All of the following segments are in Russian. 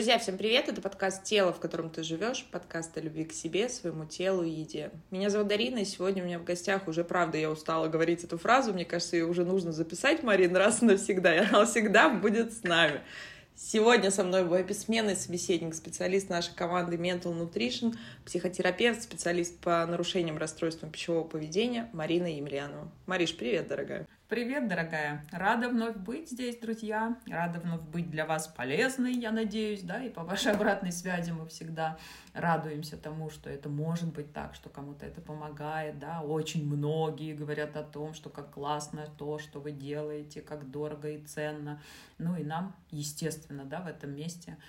Друзья, всем привет! Это подкаст «Тело, в котором ты живешь», подкаст о любви к себе, своему телу и еде. Меня зовут Дарина, и сегодня у меня в гостях уже, правда, я устала говорить эту фразу, мне кажется, ее уже нужно записать, Марин, раз и навсегда, и она всегда будет с нами. Сегодня со мной мой бессменный собеседник, специалист нашей команды Mental Nutrition, психотерапевт, специалист по нарушениям расстройствам пищевого поведения Марина Емельянова. Мариш, привет, дорогая! Привет, дорогая! Рада вновь быть здесь, друзья. Рада вновь быть для вас полезной, я надеюсь, да, и по вашей обратной связи мы всегда радуемся тому, что это может быть так, что кому-то это помогает, да. Очень многие говорят о том, что как классно то, что вы делаете, как дорого и ценно. Ну и нам, естественно, да, в этом месте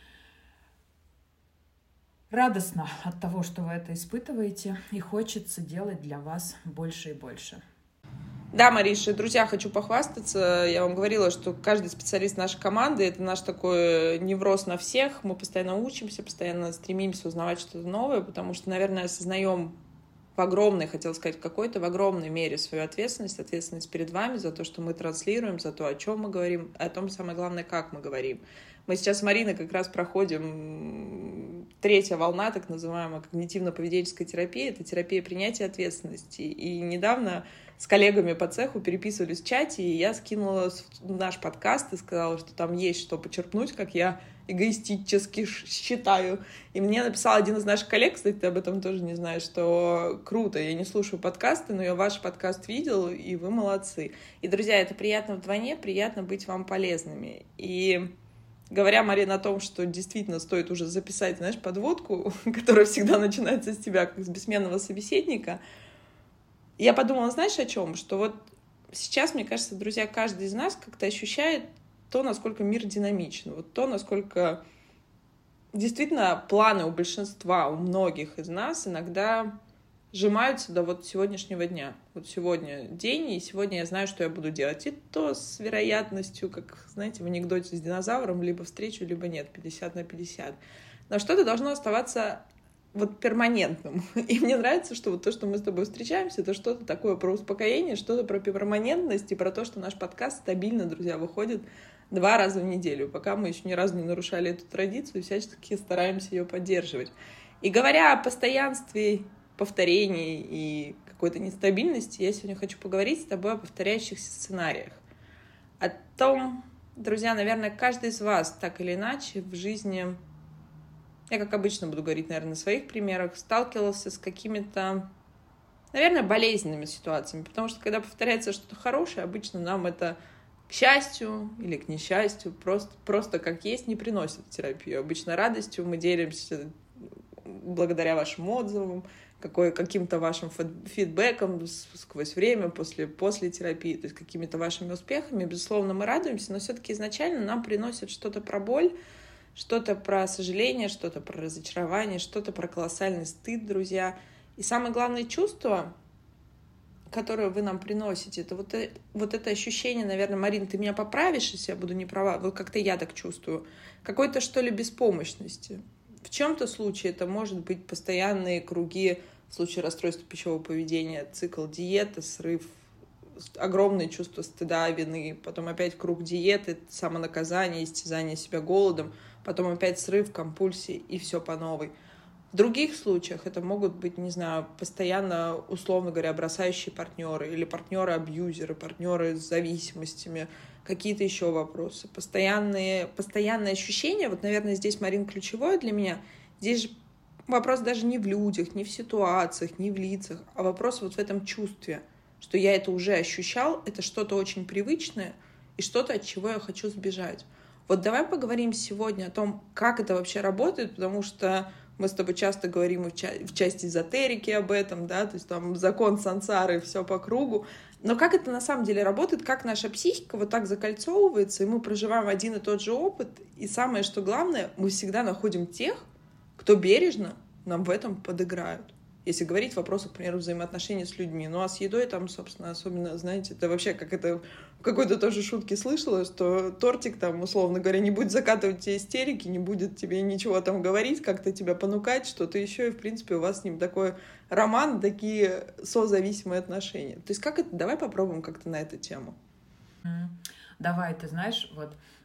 радостно от того, что вы это испытываете, и хочется делать для вас больше и больше. Да, Мариша, друзья, хочу похвастаться. Я вам говорила, что каждый специалист нашей команды — это наш такой невроз на всех. Мы постоянно учимся, постоянно стремимся узнавать что-то новое, потому что, наверное, осознаем в огромной, хотела сказать, в огромной мере свою ответственность перед вами за то, что мы транслируем, за то, о чем мы говорим, о том, самое главное, как мы говорим. Мы сейчас с Мариной как раз проходим третья волна, так называемая когнитивно-поведенческая терапия. Это терапия принятия ответственности. И недавно с коллегами по цеху переписывались в чате, и я скинула наш подкаст и сказала, что там есть что почерпнуть, как я эгоистически считаю. И мне написал один из наших коллег, кстати, ты об этом тоже не знаешь, что круто, я не слушаю подкасты, но я ваш подкаст видел, и вы молодцы. И, друзья, это приятно вдвойне, приятно быть вам полезными. И говоря, Марина, о том, что действительно стоит уже записать, знаешь, подводку, которая всегда начинается с тебя, как с бессменного собеседника, я подумала, знаешь, о чем? Что вот сейчас, мне кажется, друзья, каждый из нас как-то ощущает то, насколько мир динамичен, вот то, насколько действительно планы у большинства, у многих из нас иногда сжимаются до вот сегодняшнего дня. Вот сегодня день, и сегодня я знаю, что я буду делать. И то с вероятностью, как, знаете, в анекдоте с динозавром, либо встречу, либо нет, 50/50. Но что-то должно оставаться вот перманентным. И мне нравится, что вот то, что мы с тобой встречаемся, это что-то такое про успокоение, что-то про перманентность и про то, что наш подкаст стабильно, друзья, выходит 2 раза в неделю. Пока мы еще ни разу не нарушали эту традицию, всячески стараемся ее поддерживать. И говоря о постоянстве, повторении и какой-то нестабильности, я сегодня хочу поговорить с тобой о повторяющихся сценариях. О том, друзья, наверное, каждый из вас так или иначе в жизни, я как обычно буду говорить, наверное, на своих примерах, сталкивался с какими-то, наверное, болезненными ситуациями, потому что когда повторяется что-то хорошее, обычно нам это к счастью или к несчастью просто как есть не приносит терапию. Обычно радостью мы делимся благодаря вашим отзывам, каким-то вашим фидбэком сквозь время, после терапии, то есть какими-то вашими успехами. Безусловно, мы радуемся, но все-таки изначально нам приносят что-то про боль, что-то про сожаление, что-то про разочарование, что-то про колоссальный стыд, друзья. И самое главное чувство, которое вы нам приносите, это вот это ощущение, наверное, Марин, ты меня поправишь, если я буду не права, вот как-то я так чувствую, какой-то, что ли, беспомощности. В чем-то случае это может быть постоянные круги, в случае расстройства пищевого поведения, цикл диеты, срыв, огромное чувство стыда, вины, потом опять круг диеты, самонаказание, истязание себя голодом, потом опять срыв, компульсии и все по новой. В других случаях это могут быть, не знаю, постоянно, условно говоря, бросающие партнеры или партнеры-абьюзеры, партнеры с зависимостями, какие-то еще вопросы. Постоянные ощущения, вот, наверное, здесь, Марин, ключевое для меня, здесь же вопрос даже не в людях, не в ситуациях, не в лицах, а вопрос вот в этом чувстве, что я это уже ощущал, это что-то очень привычное и что-то, от чего я хочу сбежать. Вот давай поговорим сегодня о том, как это вообще работает, потому что мы с тобой часто говорим в части эзотерики об этом, да, то есть там закон сансары, все по кругу. Но как это на самом деле работает, как наша психика вот так закольцовывается, и мы проживаем один и тот же опыт, и самое, что главное, мы всегда находим тех, кто бережно нам в этом подыграют. Если говорить в вопросах, к примеру, взаимоотношений с людьми. Ну а с едой там, собственно, особенно, знаете, это вообще как это в какой-то тоже шутке слышала, что тортик там, условно говоря, не будет закатывать тебе истерики, не будет тебе ничего там говорить, как-то тебя понукать, что-то еще, и, в принципе, у вас с ним такой роман, такие созависимые отношения. То есть как это? Давай попробуем как-то на эту тему. Давай, ты знаешь, вот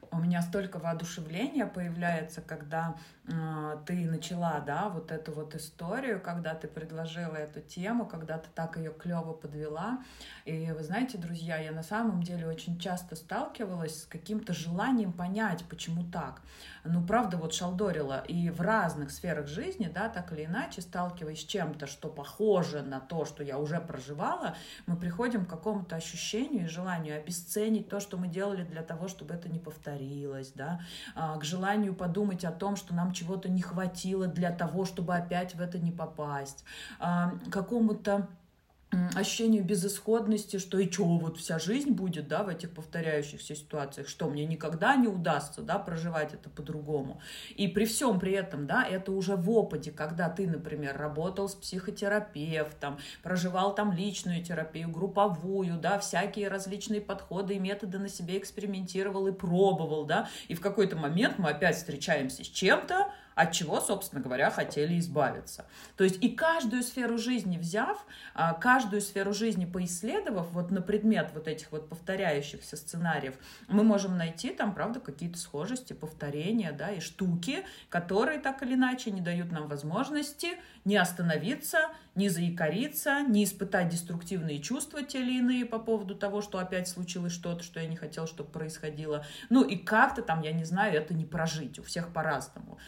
У меня столько воодушевления появляется, когда ты начала, да, вот эту вот историю, когда ты предложила эту тему, когда ты так ее клево подвела. И вы знаете, друзья, я на самом деле очень часто сталкивалась с каким-то желанием понять, почему так. Ну, правда, вот шалдорила и в разных сферах жизни, да, так или иначе, сталкиваясь с чем-то, что похоже на то, что я уже проживала, мы приходим к какому-то ощущению и желанию обесценить то, что мы делали для того, чтобы это не повторилось, да, к желанию подумать о том, что нам чего-то не хватило для того, чтобы опять в это не попасть, какому-то ощущению безысходности, что и что, вот вся жизнь будет, да, в этих повторяющихся ситуациях, что мне никогда не удастся, да, проживать это по-другому. И при всем при этом, да, это уже в опыте, когда ты, например, работал с психотерапевтом, проживал там личную терапию, групповую, да, всякие различные подходы и методы на себе экспериментировал и пробовал, да, и в какой-то момент мы опять встречаемся с чем-то, от чего, собственно говоря, хотели избавиться. То есть и каждую сферу жизни взяв, каждую сферу жизни поисследовав вот на предмет вот этих вот повторяющихся сценариев, мы можем найти там, правда, какие-то схожести, повторения, да, и штуки, которые так или иначе не дают нам возможности не остановиться, не заикариться, не испытать деструктивные чувства те или иные по поводу того, что опять случилось что-то, что я не хотела, чтобы происходило. Ну и как-то там, я не знаю, это не прожить, у всех по-разному.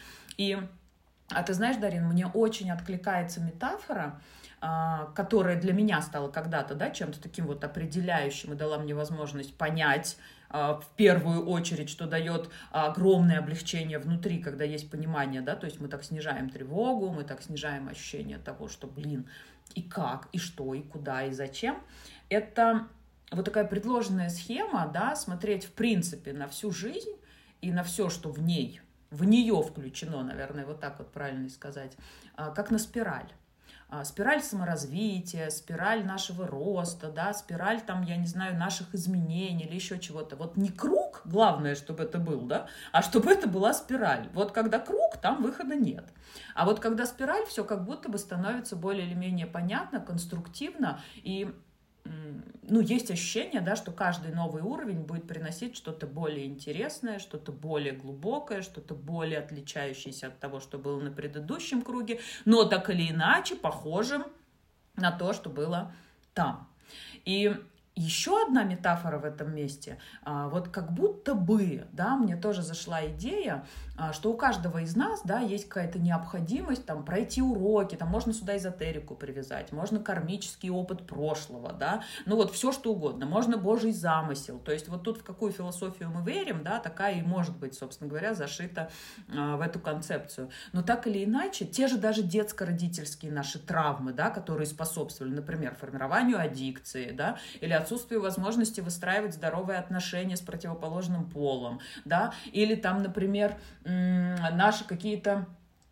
А ты знаешь, Дарин, мне очень откликается метафора, которая для меня стала когда-то, да, чем-то таким вот определяющим и дала мне возможность понять в первую очередь, что дает огромное облегчение внутри, когда есть понимание, да, то есть мы так снижаем тревогу, мы так снижаем ощущение того, что, блин, и как, и что, и куда, и зачем. Это вот такая предложенная схема, да, смотреть в принципе на всю жизнь и на все, что в ней, в нее включено, наверное, вот так вот правильно сказать, как на спираль. Спираль саморазвития, спираль нашего роста, да, спираль там, я не знаю, наших изменений или еще чего-то. Вот не круг, главное, чтобы это был, да, а чтобы это была спираль. Вот когда круг, там выхода нет. А вот когда спираль, все как будто бы становится более или менее понятно, конструктивно и ну, есть ощущение, да, что каждый новый уровень будет приносить что-то более интересное, что-то более глубокое, что-то более отличающееся от того, что было на предыдущем круге, но так или иначе похожим на то, что было там. И еще одна метафора в этом месте, вот как будто бы, да, мне тоже зашла идея, что у каждого из нас, да, есть какая-то необходимость там пройти уроки, там можно сюда эзотерику привязать, можно кармический опыт прошлого, да, ну вот все что угодно, можно Божий замысел, то есть вот тут в какую философию мы верим, да, такая и может быть, собственно говоря, зашита в эту концепцию. Но так или иначе, те же даже детско-родительские наши травмы, да, которые способствовали, например, формированию аддикции, да, или отсутствию возможности выстраивать здоровые отношения с противоположным полом, да, или там, например, наши какие-то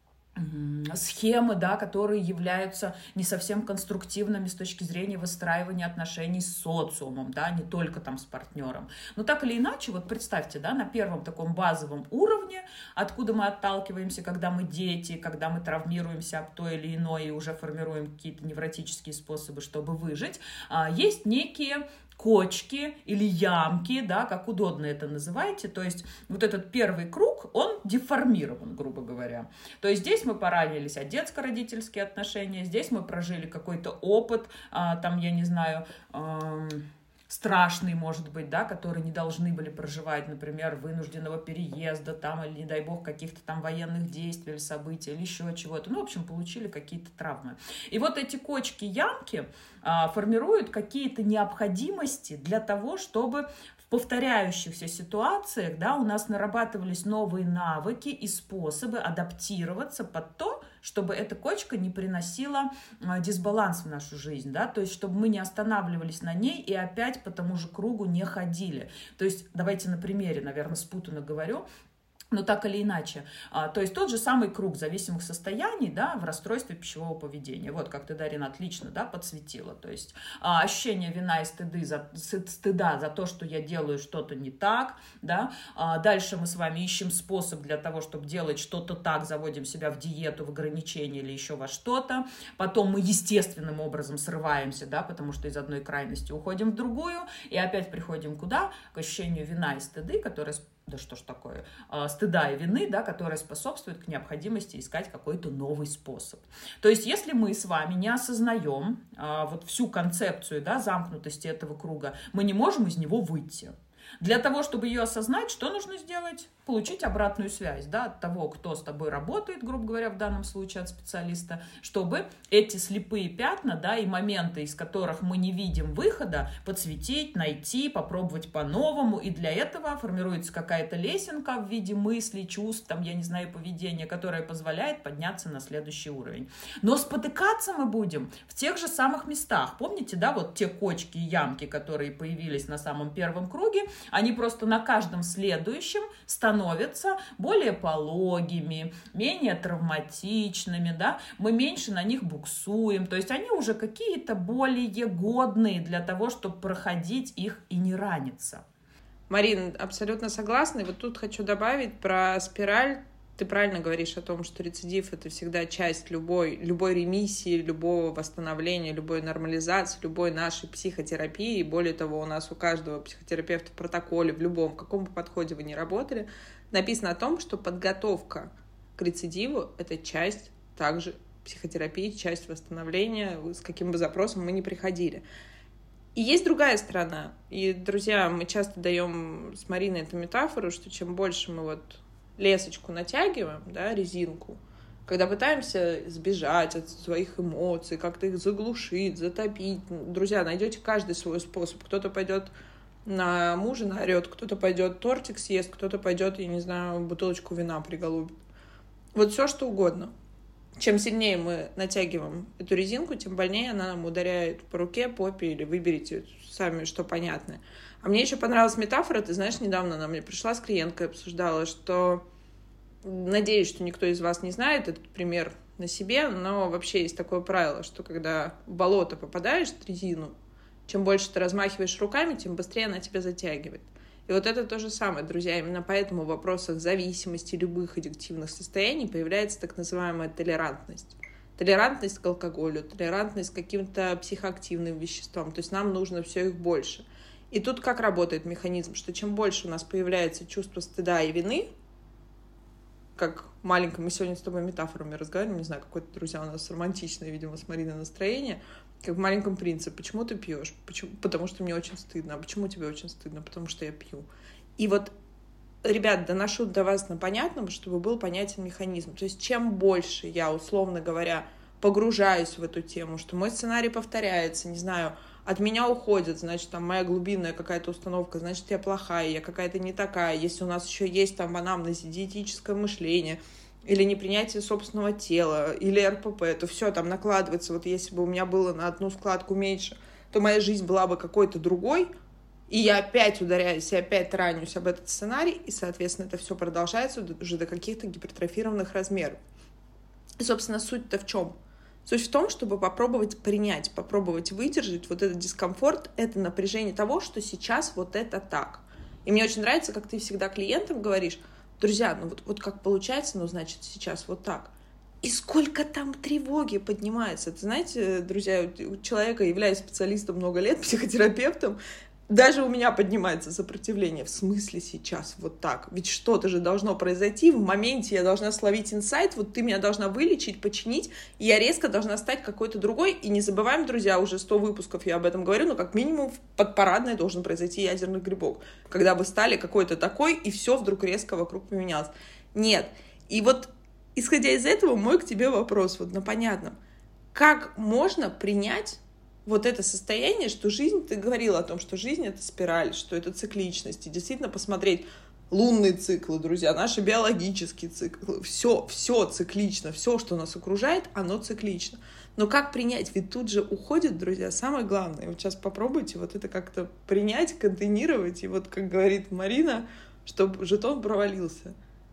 схемы, да, которые являются не совсем конструктивными с точки зрения выстраивания отношений с социумом, да, не только там с партнером. Но так или иначе, вот представьте, да, на первом таком базовом уровне, откуда мы отталкиваемся, когда мы дети, когда мы травмируемся об то или иное и уже формируем какие-то невротические способы, чтобы выжить, есть некие кочки или ямки, да, как удобно это называйте, то есть вот этот первый круг, он деформирован, грубо говоря. То есть здесь мы поранились от детско-родительские отношения, здесь мы прожили какой-то опыт, там, я не знаю, страшный, может быть, да, которые не должны были проживать, например, вынужденного переезда, там, или, не дай бог, каких-то там военных действий или событий, или еще чего-то. Ну, в общем, получили какие-то травмы. И вот эти кочки, ямки формируют какие-то необходимости для того, чтобы в повторяющихся ситуациях, да, у нас нарабатывались новые навыки и способы адаптироваться под то, чтобы эта кочка не приносила дисбаланс в нашу жизнь, да, то есть чтобы мы не останавливались на ней и опять по тому же кругу не ходили. То есть давайте на примере, наверное, спутанно говорю, но так или иначе. То есть тот же самый круг зависимых состояний, да, в расстройстве пищевого поведения. Вот как ты, Дарина, отлично, да, подсветила. То есть ощущение вина и стыда за то, что я делаю что-то не так. Да. Дальше мы с вами ищем способ для того, чтобы делать что-то так, заводим себя в диету, в ограничение или еще во что-то. Потом мы естественным образом срываемся, да, потому что из одной крайности уходим в другую. И опять приходим куда? К ощущению вина и стыды, которое да что ж такое, стыда и вины, да, которая способствует к необходимости искать какой-то новый способ. То есть, если мы с вами не осознаем вот всю концепцию, да, замкнутости этого круга, мы не можем из него выйти. Для того, чтобы ее осознать, что нужно сделать? Получить обратную связь, да, от того, кто с тобой работает, грубо говоря, в данном случае от специалиста, чтобы эти слепые пятна, да, и моменты, из которых мы не видим выхода, подсветить, найти, попробовать по-новому. И для этого формируется какая-то лесенка в виде мыслей, чувств, там, я не знаю, поведения, которая позволяет подняться на следующий уровень. Но спотыкаться мы будем в тех же самых местах. Помните, да, вот те кочки и ямки, которые появились на самом первом круге, они просто на каждом следующем становятся более пологими, менее травматичными, да, мы меньше на них буксуем, то есть они уже какие-то более годные для того, чтобы проходить их и не раниться. Марин, абсолютно согласна. И вот тут хочу добавить про спираль. Ты правильно говоришь о том, что рецидив — это всегда часть любой ремиссии, любого восстановления, любой нормализации, любой нашей психотерапии. И более того, у нас у каждого психотерапевта в протоколе, в любом, в каком бы подходе вы ни работали, написано о том, что подготовка к рецидиву — это часть также психотерапии, часть восстановления, с каким бы запросом мы ни приходили. И есть другая сторона. И, друзья, мы часто даем с Мариной эту метафору, что чем больше мы вот лесочку натягиваем, да, резинку, когда пытаемся сбежать от своих эмоций, как-то их заглушить, затопить. Друзья, найдете каждый свой способ. Кто-то пойдет на мужа наорет, кто-то пойдет тортик съест, кто-то пойдет, я не знаю, бутылочку вина приголубит. Вот все, что угодно. Чем сильнее мы натягиваем эту резинку, тем больнее она нам ударяет по руке, попе, или выберите сами, что понятно. А мне еще понравилась метафора, ты знаешь, недавно она мне пришла с клиенткой, обсуждала, что, надеюсь, что никто из вас не знает этот пример на себе, но вообще есть такое правило, что когда в болото попадаешь в резину, чем больше ты размахиваешь руками, тем быстрее она тебя затягивает. И вот это то же самое, друзья. Именно поэтому в вопросах зависимости, любых аддиктивных состояний появляется так называемая толерантность. Толерантность к алкоголю, толерантность к каким-то психоактивным веществам. То есть нам нужно все их больше. И тут как работает механизм, что чем больше у нас появляется чувство стыда и вины, как маленькое, мы сегодня с тобой метафорами разговариваем, не знаю, какое-то, друзья, у нас романтичное, видимо, с Мариной настроение, как в «Маленьком принце». Почему ты пьешь? Почему? Потому что мне очень стыдно. А почему тебе очень стыдно? Потому что я пью. И вот, ребят, доношу до вас на понятном, чтобы был понятен механизм. То есть чем больше я, условно говоря, погружаюсь в эту тему, что мой сценарий повторяется, не знаю, от меня уходят, значит, там моя глубинная какая-то установка, значит, я плохая, я какая-то не такая. Если у нас еще есть там в анамнезе диетическое мышление, или непринятие собственного тела, или РПП, то все там накладывается. Вот если бы у меня было на одну складку меньше, то моя жизнь была бы какой-то другой, и я опять ударяюсь, и опять ранюсь об этот сценарий, и, соответственно, это все продолжается уже до каких-то гипертрофированных размеров. И, собственно, суть-то в чем? Суть в том, чтобы попробовать принять, попробовать выдержать вот этот дискомфорт, это напряжение того, что сейчас вот это так. И мне очень нравится, как ты всегда клиентам говоришь: друзья, ну вот как получается, ну значит сейчас вот так. И сколько там тревоги поднимается. Это, знаете, друзья, у человека, являясь специалистом много лет, психотерапевтом, даже у меня поднимается сопротивление. В смысле сейчас вот так? Ведь что-то же должно произойти. В моменте я должна словить инсайт, вот ты меня должна вылечить, починить, и я резко должна стать какой-то другой. И не забываем, друзья, уже 100 выпусков я об этом говорю, но как минимум в подпарадной должен произойти ядерный грибок, когда вы стали какой-то такой, и все вдруг резко вокруг поменялось. Нет. И вот, исходя из этого, мой к тебе вопрос, вот на понятном. Как можно принять вот это состояние, что жизнь, ты говорила о том, что жизнь — это спираль, что это цикличность, и действительно посмотреть лунные циклы, друзья, наши биологические циклы, все циклично, все, что нас окружает, оно циклично. Но как принять? Ведь тут же уходит, друзья, самое главное. Вот сейчас попробуйте вот это как-то принять, контейнировать, и вот, как говорит Марина, чтобы жетон провалился.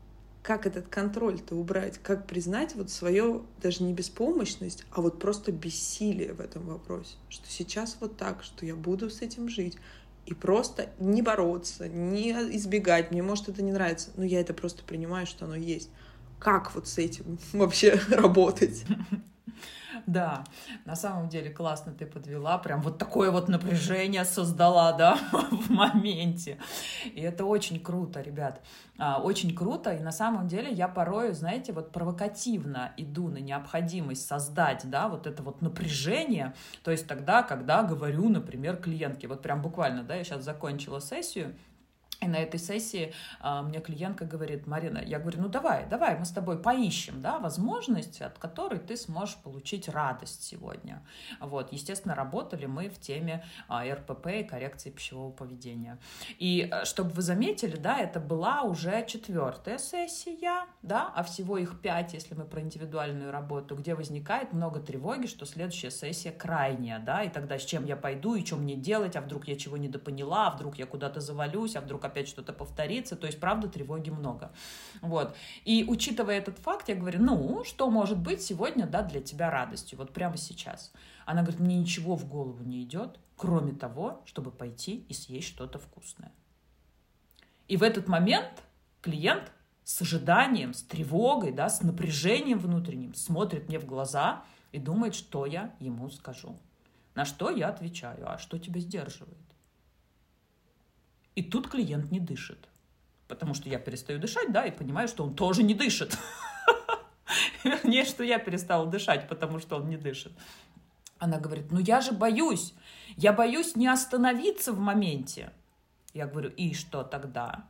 Как этот контроль-то убрать? Как признать вот свою даже не беспомощность, а вот просто бессилие в этом вопросе? Что сейчас вот так, что я буду с этим жить. И просто не бороться, не избегать. Мне, может, это не нравится, но я это просто принимаю, что оно есть. Как вот с этим вообще работать? Да, на самом деле классно ты подвела, прям вот такое вот напряжение создала, да, в моменте. И это очень круто, ребят, очень круто. И на самом деле я порою, знаете, вот провокативно иду на необходимость создать, да, вот это вот напряжение. То есть тогда, когда говорю, например, клиентке, вот прям буквально, да, я сейчас закончила сессию, и на этой сессии мне клиентка говорит: Марина, я говорю, ну давай, мы с тобой поищем, да, возможность, от которой ты сможешь получить радость сегодня. Вот, естественно, работали мы в теме РПП и коррекции пищевого поведения. И чтобы вы заметили, да, это была уже 4-я сессия, да, а всего их 5, если мы про индивидуальную работу, где возникает много тревоги, что следующая сессия крайняя, да, и тогда с чем я пойду, и что мне делать, а вдруг я чего недопоняла, а вдруг я куда-то завалюсь, а вдруг опять что-то повторится, то есть, правда, тревоги много. Вот. И учитывая этот факт, я говорю, ну, что может быть сегодня, да, для тебя радостью, вот прямо сейчас. Она говорит, мне ничего в голову не идет, кроме того, чтобы пойти и съесть что-то вкусное. И в этот момент клиент с ожиданием, с тревогой, да, с напряжением внутренним смотрит мне в глаза и думает, что я ему скажу. На что я отвечаю, а что тебя сдерживает? И тут клиент не дышит, потому что я перестаю дышать, да, и понимаю, что он тоже не дышит. Вернее, что я перестала дышать, потому что он не дышит. Она говорит, ну я же боюсь, я боюсь не остановиться в моменте. Я говорю, и что тогда?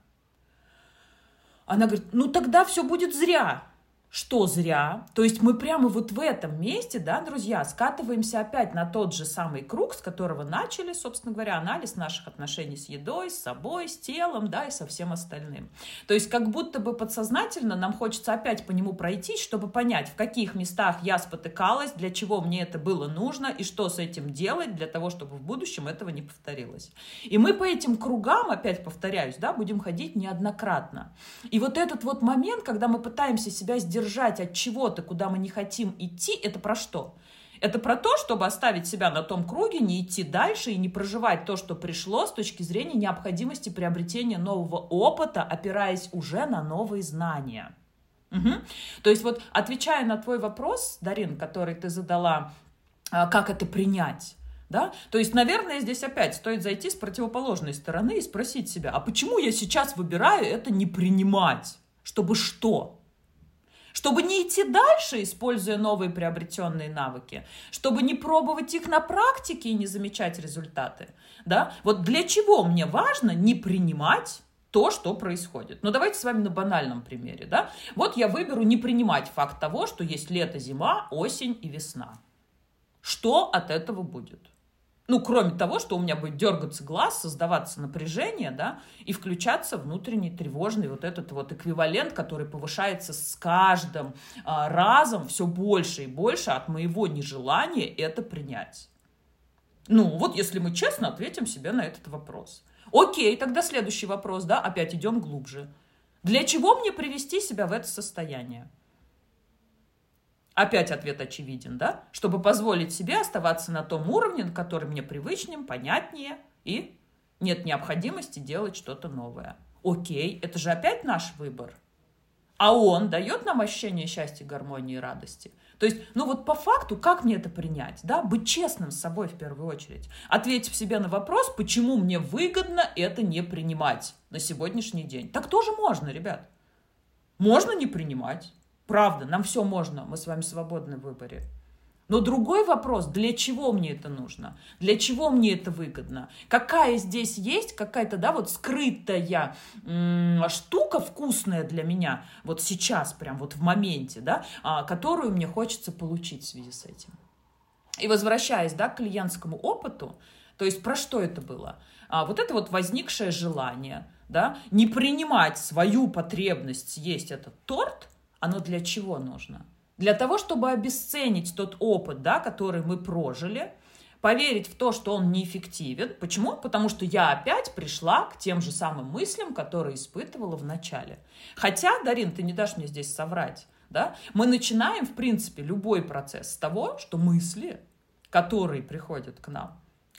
Она говорит, ну тогда все будет зря. Что зря? То есть мы прямо вот в этом месте, да, друзья, скатываемся опять на тот же самый круг, с которого начали, собственно говоря, анализ наших отношений с едой, с собой, с телом, да, и со всем остальным. То есть как будто бы подсознательно нам хочется опять по нему пройтись, чтобы понять, в каких местах я спотыкалась, для чего мне это было нужно и что с этим делать для того, чтобы в будущем этого не повторилось. И мы по этим кругам, опять повторяюсь, да, будем ходить неоднократно. И вот этот вот момент, когда мы пытаемся себя сдержать от чего-то, куда мы не хотим идти, это про что? Это про то, чтобы оставить себя на том круге, не идти дальше и не проживать то, что пришло с точки зрения необходимости приобретения нового опыта, опираясь уже на новые знания. Угу. То есть вот отвечая на твой вопрос, Дарин, который ты задала, как это принять? Да? То есть, наверное, здесь опять стоит зайти с противоположной стороны и спросить себя, а почему я сейчас выбираю это не принимать? Чтобы что? Чтобы не идти дальше, используя новые приобретенные навыки, чтобы не пробовать их на практике и не замечать результаты. Да? Вот для чего мне важно не принимать то, что происходит. Но давайте с вами на банальном примере. Да? Вот я выберу не принимать факт того, что есть лето, зима, осень и весна. Что от этого будет? Ну, кроме того, что у меня будет дергаться глаз, создаваться напряжение, да, и включаться внутренний тревожный вот этот вот эквивалент, который повышается с каждым разом все больше и больше от моего нежелания это принять. Ну, вот если мы честно ответим себе на этот вопрос. Окей, тогда следующий вопрос, да, опять идем глубже. Для чего мне привести себя в это состояние? Опять ответ очевиден, да? Чтобы позволить себе оставаться на том уровне, на который мне привычнее, понятнее, и нет необходимости делать что-то новое. Окей, это же опять наш выбор. А он дает нам ощущение счастья, гармонии и радости. То есть, ну вот по факту, как мне это принять? Да? Быть честным с собой в первую очередь. Ответив себе на вопрос, почему мне выгодно это не принимать на сегодняшний день. Так тоже можно, ребят. Можно не принимать. Правда, нам все можно, мы с вами свободны в выборе. Но другой вопрос, для чего мне это нужно? Для чего мне это выгодно? Какая здесь есть какая-то, да, вот скрытая штука вкусная для меня, вот сейчас, прям вот в моменте, да, которую мне хочется получить в связи с этим. И возвращаясь, да, к клиентскому опыту, то есть про что это было? Вот это вот возникшее желание, да, не принимать свою потребность съесть этот торт, оно для чего нужно? Для того, чтобы обесценить тот опыт, да, который мы прожили, поверить в то, что он неэффективен. Почему? Потому что я опять пришла к тем же самым мыслям, которые испытывала в начале. Хотя, Дарин, ты не дашь мне здесь соврать, да? Мы начинаем, в принципе, любой процесс с того, что мысли, которые приходят к нам,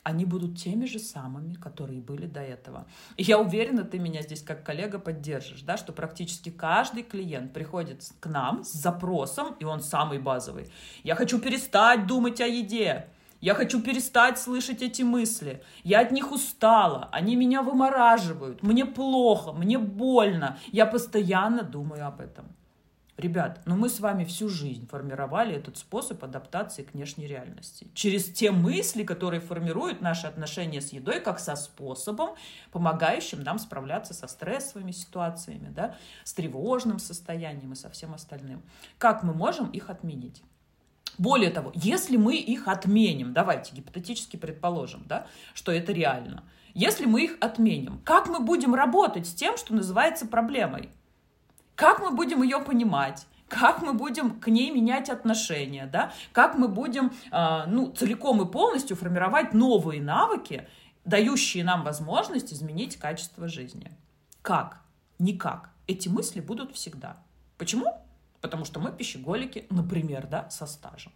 они будут теми же самыми, которые были до этого. И я уверена, ты меня здесь как коллега поддержишь, да, что практически каждый клиент приходит к нам с запросом, и он самый базовый. Я хочу перестать думать о еде. Я хочу перестать слышать эти мысли. Я от них устала. Они меня вымораживают. Мне плохо, мне больно. Я постоянно думаю об этом. Ребят, мы с вами всю жизнь формировали этот способ адаптации к внешней реальности. Через те мысли, которые формируют наши отношения с едой, как со способом, помогающим нам справляться со стрессовыми ситуациями, да, с тревожным состоянием и со всем остальным. Как мы можем их отменить? Более того, если мы их отменим, давайте гипотетически предположим, да, что это реально. Если мы их отменим, как мы будем работать с тем, что называется проблемой? Как мы будем ее понимать? Как мы будем к ней менять отношения? Да? Как мы будем целиком и полностью формировать новые навыки, дающие нам возможность изменить качество жизни? Как? Никак. Эти мысли будут всегда. Почему? Потому что мы пищеголики, например, да, со стажем.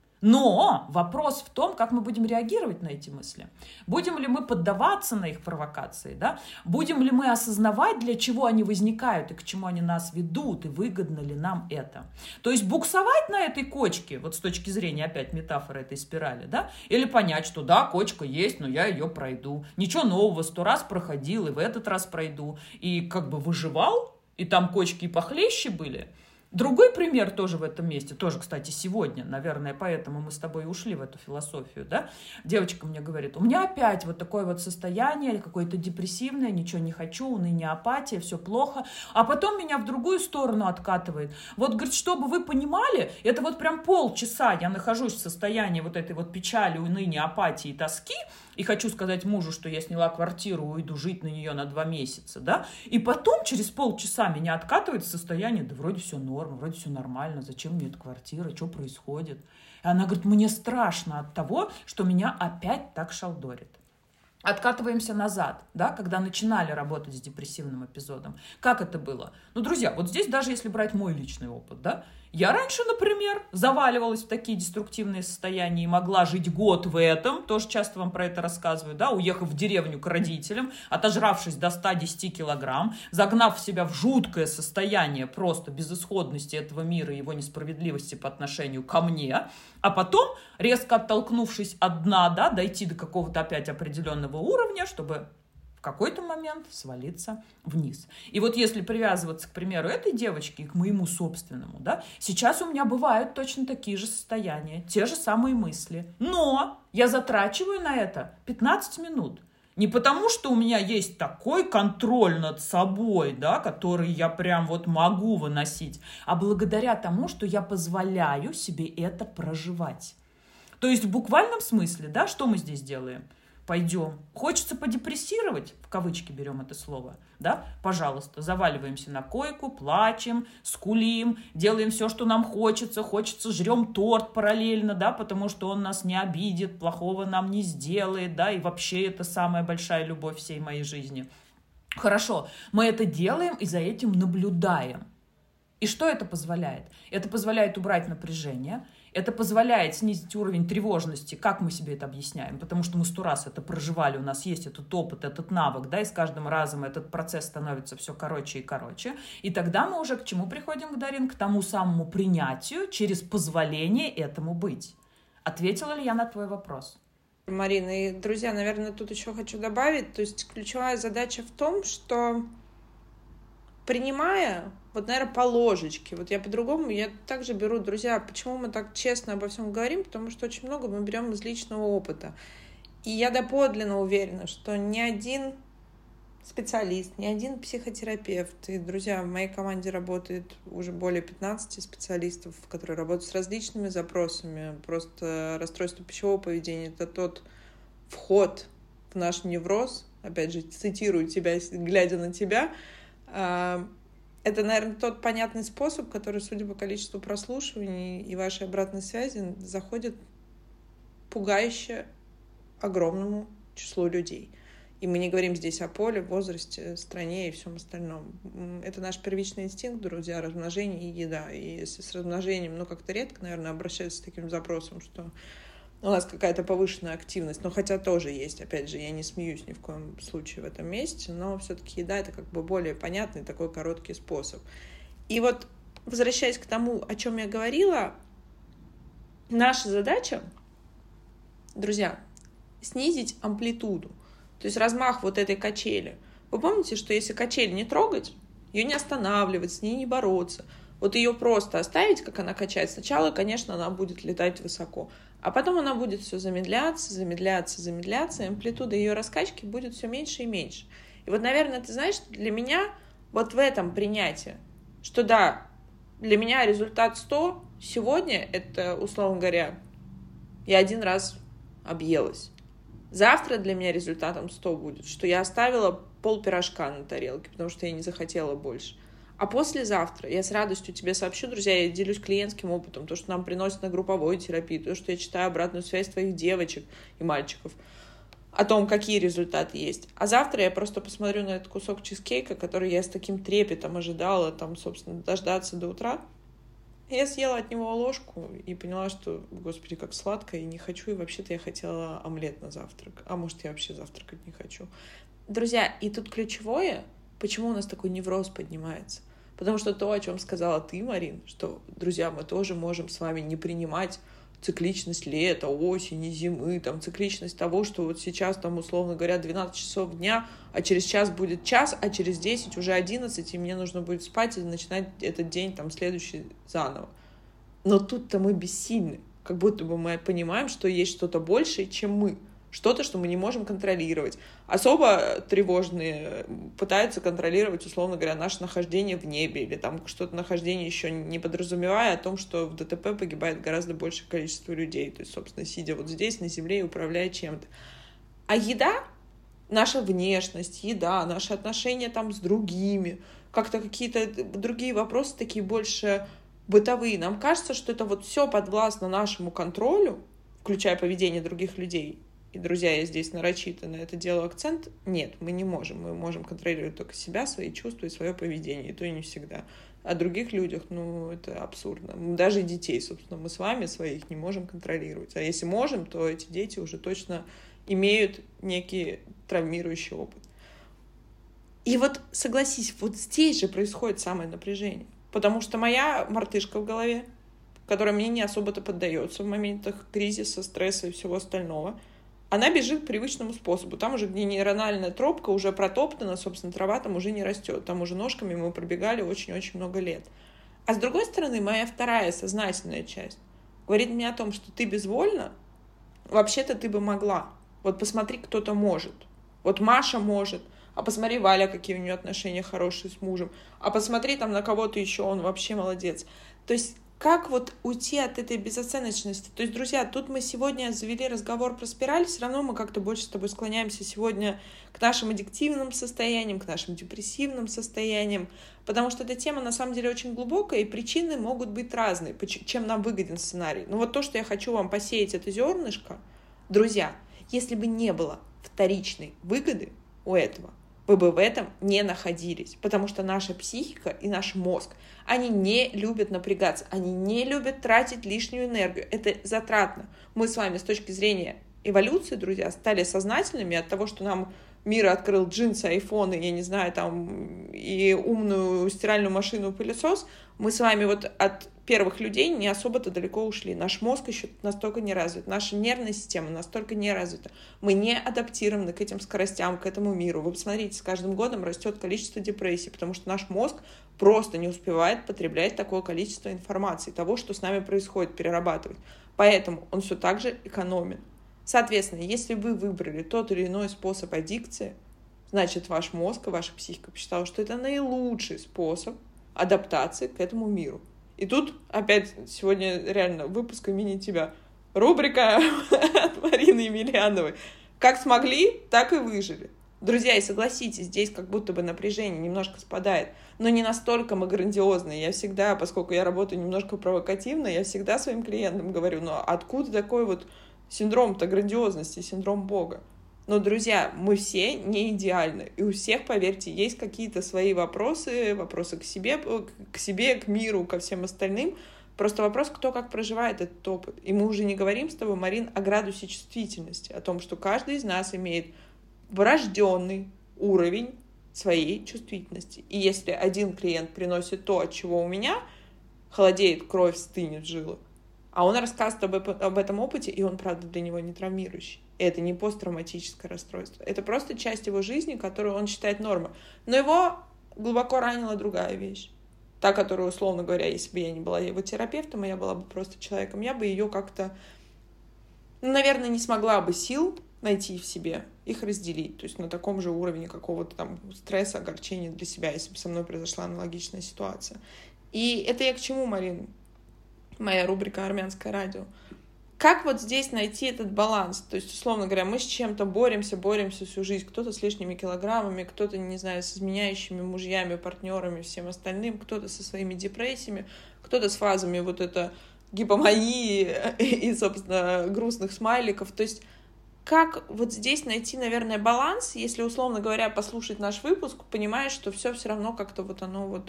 Но вопрос в том, как мы будем реагировать на эти мысли. Будем ли мы поддаваться на их провокации, да? Будем ли мы осознавать, для чего они возникают и к чему они нас ведут, и выгодно ли нам это. То есть буксовать на этой кочке, вот с точки зрения опять метафоры этой спирали, да? Или понять, что да, кочка есть, но я ее пройду. Ничего нового, 100 раз проходил, и в этот раз пройду. И как бы выживал, и там кочки и похлеще были. Другой пример тоже в этом месте, тоже, кстати, сегодня, наверное, поэтому мы с тобой ушли в эту философию, да? Девочка мне говорит, у меня опять вот такое вот состояние, какое-то депрессивное, ничего не хочу, уныние, апатия, все плохо, а потом меня в другую сторону откатывает. Вот, говорит, чтобы вы понимали, это вот прям полчаса я нахожусь в состоянии вот этой вот печали, уныния, апатии, тоски, и хочу сказать мужу, что я сняла квартиру, уйду жить на нее на 2 месяца, да, и потом через полчаса меня откатывает в состояние, да вроде все норм, вроде все нормально, зачем мне эта квартира, что происходит? И она говорит, мне страшно от того, что меня опять так шалдорит. Откатываемся назад, да, когда начинали работать с депрессивным эпизодом. Как это было? Друзья, вот здесь даже если брать мой личный опыт, да, я раньше, например, заваливалась в такие деструктивные состояния и могла жить год в этом, тоже часто вам про это рассказываю, да, уехав в деревню к родителям, отожравшись до 110 килограмм, загнав себя в жуткое состояние просто безысходности этого мира и его несправедливости по отношению ко мне, а потом, резко оттолкнувшись от дна, да, дойти до какого-то опять определенного уровня, чтобы в какой-то момент свалиться вниз. И вот если привязываться, к примеру, этой девочки и к моему собственному, да, сейчас у меня бывают точно такие же состояния, те же самые мысли. Но я затрачиваю на это 15 минут. Не потому, что у меня есть такой контроль над собой, да, который я прям вот могу выносить, а благодаря тому, что я позволяю себе это проживать. То есть в буквальном смысле, да, что мы здесь делаем? Пойдем. Хочется подепрессировать, в кавычки берем это слово, да? Пожалуйста, заваливаемся на койку, плачем, скулим, делаем все, что нам хочется, жрем торт параллельно, да, потому что он нас не обидит, плохого нам не сделает, да, и вообще это самая большая любовь всей моей жизни. Хорошо, мы это делаем и за этим наблюдаем. И что это позволяет? Это позволяет убрать напряжение, это позволяет снизить уровень тревожности. Как мы себе это объясняем? Потому что мы 100 раз это проживали, у нас есть этот опыт, этот навык, да, и с каждым разом этот процесс становится все короче и короче. И тогда мы уже к чему приходим, Дарин? К тому самому принятию через позволение этому быть. Ответила ли я на твой вопрос? Марина, и, друзья, наверное, тут еще хочу добавить, то есть ключевая задача в том, что принимая, вот, наверное, по ложечке, вот я по-другому, я также беру, друзья, почему мы так честно обо всем говорим, потому что очень много мы берем из личного опыта. И я доподлинно уверена, что ни один специалист, ни один психотерапевт, и, друзья, в моей команде работает уже более 15 специалистов, которые работают с различными запросами, просто расстройство пищевого поведения, это тот вход в наш невроз, опять же, цитирую тебя, глядя на тебя. Это, наверное, тот понятный способ, который, судя по количеству прослушиваний и вашей обратной связи, заходит пугающе огромному числу людей. И мы не говорим здесь о поле, возрасте, стране и всем остальном. Это наш первичный инстинкт, друзья, размножение и еда. И если с размножением, как-то редко, наверное, обращаются с таким запросом, что у нас какая-то повышенная активность, но хотя тоже есть, опять же, я не смеюсь ни в коем случае в этом месте, но все-таки еда — это как бы более понятный такой короткий способ. И вот, возвращаясь к тому, о чем я говорила, наша задача, друзья, снизить амплитуду, то есть размах вот этой качели. Вы помните, что если качель не трогать, ее не останавливать, с ней не бороться, вот ее просто оставить, как она качает, сначала, конечно, она будет летать высоко, а потом она будет все замедляться, и амплитуда ее раскачки будет все меньше и меньше. И вот, наверное, ты знаешь, для меня вот в этом принятие, что да, для меня результат 100 сегодня, это, условно говоря, я один раз объелась. Завтра для меня результатом 100 будет, что я оставила пол-пирожка на тарелке, потому что я не захотела больше. А послезавтра я с радостью тебе сообщу, друзья, я делюсь клиентским опытом, то, что нам приносят на групповой терапии, то, что я читаю обратную связь твоих девочек и мальчиков о том, какие результаты есть. А завтра я просто посмотрю на этот кусок чизкейка, который я с таким трепетом ожидала, там, собственно, дождаться до утра. Я съела от него ложку и поняла, что, господи, как сладко, и не хочу, и вообще-то я хотела омлет на завтрак. А может, я вообще завтракать не хочу. Друзья, и тут ключевое, почему у нас такой невроз поднимается. Потому что то, о чем сказала ты, Марин, что, друзья, мы тоже можем с вами не принимать цикличность лета, осени, зимы, там, цикличность того, что вот сейчас, там, условно говоря, 12 часов дня, а через час будет час, а через 10 уже 11, и мне нужно будет спать и начинать этот день, там, следующий заново. Но тут-то мы бессильны, как будто бы мы понимаем, что есть что-то большее, чем мы. Что-то, что мы не можем контролировать. Особо тревожные пытаются контролировать, условно говоря, наше нахождение в небе или там что-то нахождение еще не подразумевая о том, что в ДТП погибает гораздо большее количество людей. То есть, собственно, сидя вот здесь на земле и управляя чем-то. А еда, наша внешность, еда, наши отношения там с другими, как-то какие-то другие вопросы такие больше бытовые. Нам кажется, что это вот все подвластно нашему контролю, включая поведение других людей. И, друзья, я здесь нарочито на это делаю акцент. Нет, мы не можем. Мы можем контролировать только себя, свои чувства и свое поведение. И то и не всегда. О других людях, это абсурдно. Даже детей, собственно, мы с вами своих не можем контролировать. А если можем, то эти дети уже точно имеют некий травмирующий опыт. И вот, согласись, вот здесь же происходит самое напряжение. Потому что моя мартышка в голове, которая мне не особо-то поддается в моментах кризиса, стресса и всего остального, она бежит к привычному способу. Там уже, где нейрональная тропка уже протоптана, собственно, трава там уже не растет. Там уже ножками мы пробегали очень-очень много лет. А с другой стороны, моя вторая сознательная часть говорит мне о том, что ты безвольна, вообще-то ты бы могла. Вот посмотри, кто-то может. Вот Маша может. А посмотри, Валя, какие у нее отношения хорошие с мужем. А посмотри там на кого-то еще, он вообще молодец. То есть как вот уйти от этой безоценочности? То есть, друзья, тут мы сегодня завели разговор про спираль, все равно мы как-то больше с тобой склоняемся сегодня к нашим аддиктивным состояниям, к нашим депрессивным состояниям, потому что эта тема на самом деле очень глубокая, и причины могут быть разные, чем нам выгоден сценарий. Но вот то, что я хочу вам посеять, это зернышко, друзья, если бы не было вторичной выгоды у этого, вы бы в этом не находились, потому что наша психика и наш мозг, они не любят напрягаться, они не любят тратить лишнюю энергию, это затратно. Мы с вами с точки зрения эволюции, друзья, стали сознательными от того, что нам мир открыл джинсы, айфоны, я не знаю, там, и умную стиральную машину, пылесос, мы с вами вот от первых людей не особо-то далеко ушли. Наш мозг еще настолько не развит, наша нервная система настолько не развита. Мы не адаптированы к этим скоростям, к этому миру. Вы посмотрите, с каждым годом растет количество депрессий, потому что наш мозг просто не успевает потреблять такое количество информации, того, что с нами происходит, перерабатывать. Поэтому он все так же экономит. Соответственно, если вы выбрали тот или иной способ аддикции, значит, ваш мозг и ваша психика посчитала, что это наилучший способ адаптации к этому миру. И тут опять сегодня реально выпуск имени тебя. Рубрика от Марины Емельяновой. Как смогли, так и выжили. Друзья, и согласитесь, здесь как будто бы напряжение немножко спадает, но не настолько мы грандиозные. Я всегда, поскольку я работаю немножко провокативно, я всегда своим клиентам говорю, ну откуда такой вот синдром-то грандиозности, синдром Бога? Но, друзья, мы все не идеальны. И у всех, поверьте, есть какие-то свои вопросы к себе, к миру, ко всем остальным. Просто вопрос, кто как проживает этот опыт. И мы уже не говорим с тобой, Марин, о градусе чувствительности, о том, что каждый из нас имеет врожденный уровень своей чувствительности. И если один клиент приносит то, от чего у меня холодеет кровь, стынет жилы, а он рассказывает об этом опыте, и он, правда, для него не травмирующий. Это не посттравматическое расстройство. Это просто часть его жизни, которую он считает нормой. Но его глубоко ранила другая вещь. Та, которую, условно говоря, если бы я не была его терапевтом, а я была бы просто человеком, я бы ее как-то, наверное, не смогла бы сил найти в себе, их разделить. То есть на таком же уровне какого-то там стресса, огорчения для себя, если бы со мной произошла аналогичная ситуация. И это я к чему, Марин? Моя рубрика «Армянское радио». Как вот здесь найти этот баланс? То есть, условно говоря, мы с чем-то боремся всю жизнь. Кто-то с лишними килограммами, кто-то, не знаю, с изменяющими мужьями, партнерами, всем остальным, кто-то со своими депрессиями, кто-то с фазами вот это гипомании и, собственно, грустных смайликов. То есть, как вот здесь найти, наверное, баланс, если, условно говоря, послушать наш выпуск, понимаешь, что все равно как-то вот оно вот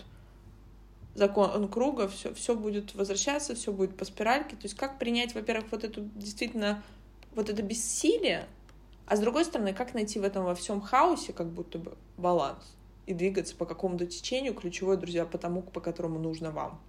закон круга, все будет возвращаться, все будет по спиральке. То есть как принять, во-первых, вот эту действительно, вот это бессилие, а с другой стороны, как найти в этом во всем хаосе как будто бы баланс и двигаться по какому-то течению, ключевое, друзья, по тому, по которому нужно вам.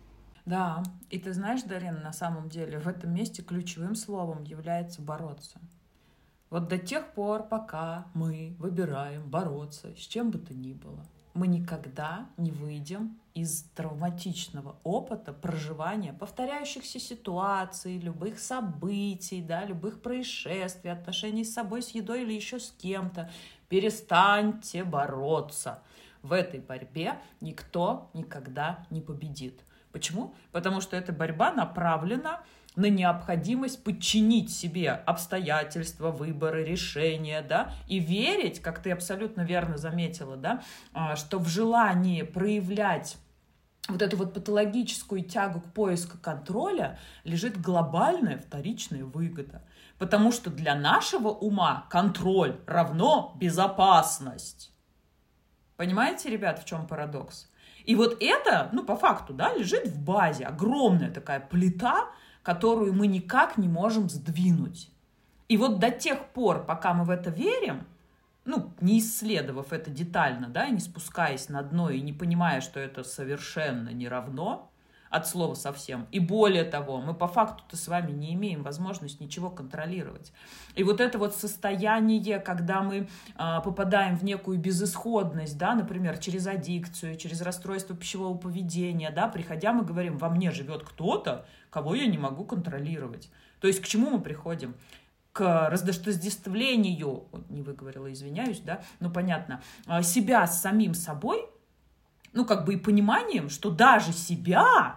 Да, и ты знаешь, Дарина, на самом деле в этом месте ключевым словом является бороться. Вот до тех пор, пока мы выбираем бороться с чем бы то ни было, мы никогда не выйдем из травматичного опыта проживания повторяющихся ситуаций, любых событий, да, любых происшествий, отношений с собой, с едой или еще с кем-то. Перестаньте бороться. В этой борьбе никто никогда не победит. Почему? Потому что эта борьба направлена на необходимость подчинить себе обстоятельства, выборы, решения, да, и верить, как ты абсолютно верно заметила, да, что в желании проявлять вот эту вот патологическую тягу к поиску контроля лежит глобальная вторичная выгода. Потому что для нашего ума контроль равно безопасность. Понимаете, ребят, в чем парадокс? И вот это, ну, по факту, да, лежит в базе, огромная такая плита, которую мы никак не можем сдвинуть. И вот до тех пор, пока мы в это верим, ну, не исследовав это детально, да, не спускаясь на дно и не понимая, что это совершенно не равно, от слова совсем. И более того, мы по факту-то с вами не имеем возможности ничего контролировать. И вот это вот состояние, когда мы попадаем в некую безысходность, да, например, через аддикцию, через расстройство пищевого поведения, да, приходя, мы говорим, во мне живет кто-то, кого я не могу контролировать. То есть к чему мы приходим? К раздождествлению, не выговорила, извиняюсь, да, ну понятно, себя с самим собой, ну, как бы и пониманием, что даже себя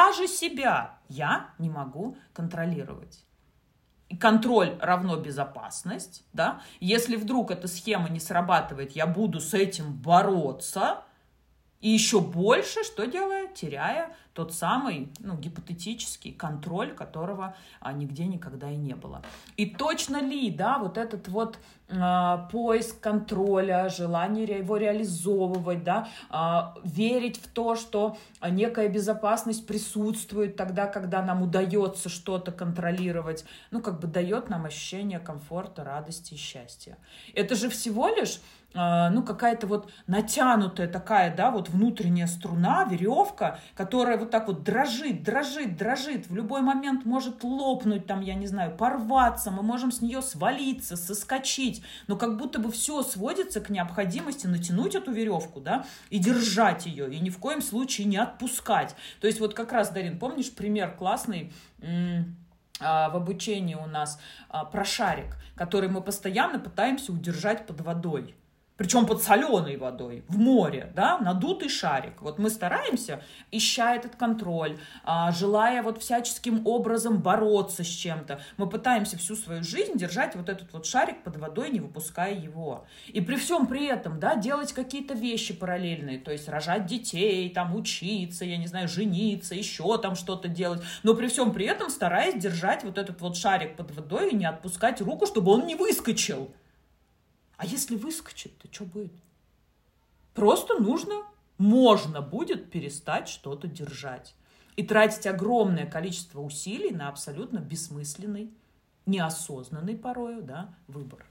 я не могу контролировать. И контроль равно безопасность, да. Если вдруг эта схема не срабатывает, я буду с этим бороться. И еще больше, что делает? Теряя тот самый, ну, гипотетический контроль, которого нигде никогда и не было. И точно ли, да, вот этот вот поиск контроля, желание его реализовывать, да, верить в то, что некая безопасность присутствует тогда, когда нам удается что-то контролировать, ну, как бы дает нам ощущение комфорта, радости и счастья. Это же всего лишь ну, какая-то вот натянутая такая, да, вот внутренняя струна, веревка, которая вот так вот дрожит, в любой момент может лопнуть, там, я не знаю, порваться, мы можем с нее свалиться, соскочить, но как будто бы все сводится к необходимости натянуть эту веревку, да, и держать ее, и ни в коем случае не отпускать. То есть вот как раз, Дарин, помнишь пример классный в обучении у нас про шарик, который мы постоянно пытаемся удержать под водой? Причем под соленой водой, в море, да, надутый шарик. Вот мы стараемся, ища этот контроль, желая вот всяческим образом бороться с чем-то. Мы пытаемся всю свою жизнь держать вот этот вот шарик под водой, не выпуская его. И при всем при этом, да, делать какие-то вещи параллельные, то есть рожать детей, там, учиться, я не знаю, жениться, еще там что-то делать. Но при всем при этом стараясь держать вот этот вот шарик под водой и не отпускать руку, чтобы он не выскочил. А если выскочит, то что будет? Просто можно будет перестать что-то держать. и тратить огромное количество усилий на абсолютно бессмысленный, неосознанный порою, да, выбор.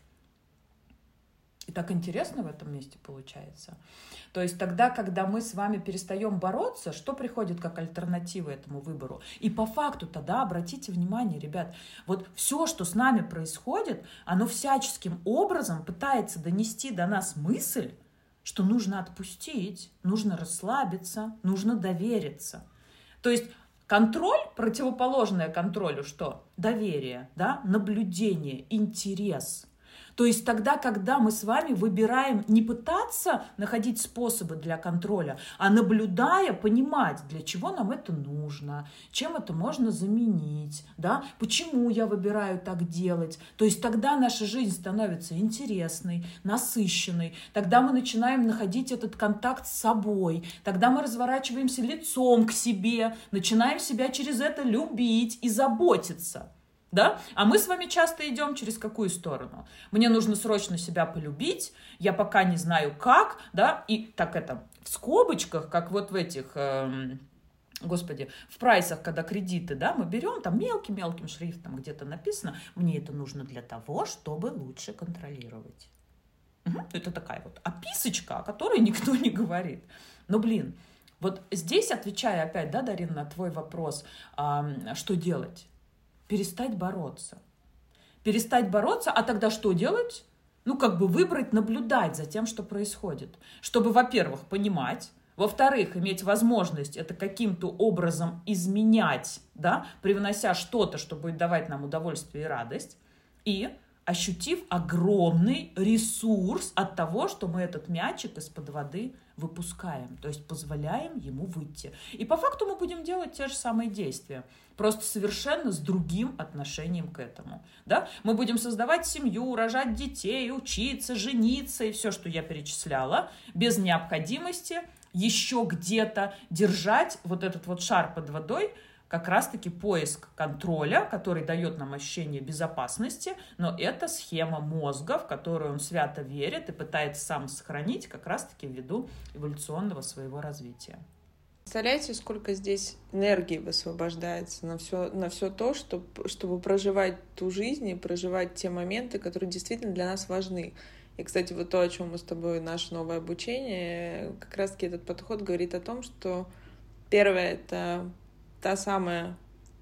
И так интересно в этом месте получается. То есть тогда, когда мы с вами перестаем бороться, что приходит как альтернатива этому выбору? И по факту тогда, обратите внимание, ребят, вот все, что с нами происходит, оно всяческим образом пытается донести до нас мысль, что нужно отпустить, нужно расслабиться, нужно довериться. То есть контроль, противоположное контролю, что? Доверие, да? Наблюдение, интерес. То есть тогда, когда мы с вами выбираем не пытаться находить способы для контроля, а наблюдая, понимать, для чего нам это нужно, чем это можно заменить, да, почему я выбираю так делать. То есть тогда наша жизнь становится интересной, насыщенной, тогда мы начинаем находить этот контакт с собой, тогда мы разворачиваемся лицом к себе, начинаем себя через это любить и заботиться. Да? А мы с вами часто идем через какую сторону? Мне нужно срочно себя полюбить, я пока не знаю как, да, и так это в скобочках, как вот в этих, господи, в прайсах, когда кредиты, да, мы берем, там мелким-мелким шрифтом где-то написано, мне это нужно для того, чтобы лучше контролировать. Это такая вот описочка, о которой никто не говорит. Но, блин, вот здесь, отвечая опять, да, Дарин, на твой вопрос, что делать? Перестать бороться. Перестать бороться, а тогда что делать? Ну, как бы выбрать, наблюдать за тем, что происходит. Чтобы, во-первых, понимать, во-вторых, иметь возможность это каким-то образом изменять, да, привнося что-то, что будет давать нам удовольствие и радость, и ощутив огромный ресурс от того, что мы этот мячик из-под воды выпускаем, то есть позволяем ему выйти. И по факту мы будем делать те же самые действия, просто совершенно с другим отношением к этому. Да? Мы будем создавать семью, рожать детей, учиться, жениться и все, что я перечисляла, без необходимости еще где-то держать вот этот вот шар под водой, как раз-таки поиск контроля, который дает нам ощущение безопасности, но это схема мозга, в которую он свято верит и пытается сам сохранить как раз-таки ввиду эволюционного своего развития. Представляете, сколько здесь энергии высвобождается на все то, чтобы проживать ту жизнь и проживать те моменты, которые действительно для нас важны. И, кстати, вот то, о чем мы с тобой, наше новое обучение, как раз-таки этот подход говорит о том, что первое — это то самое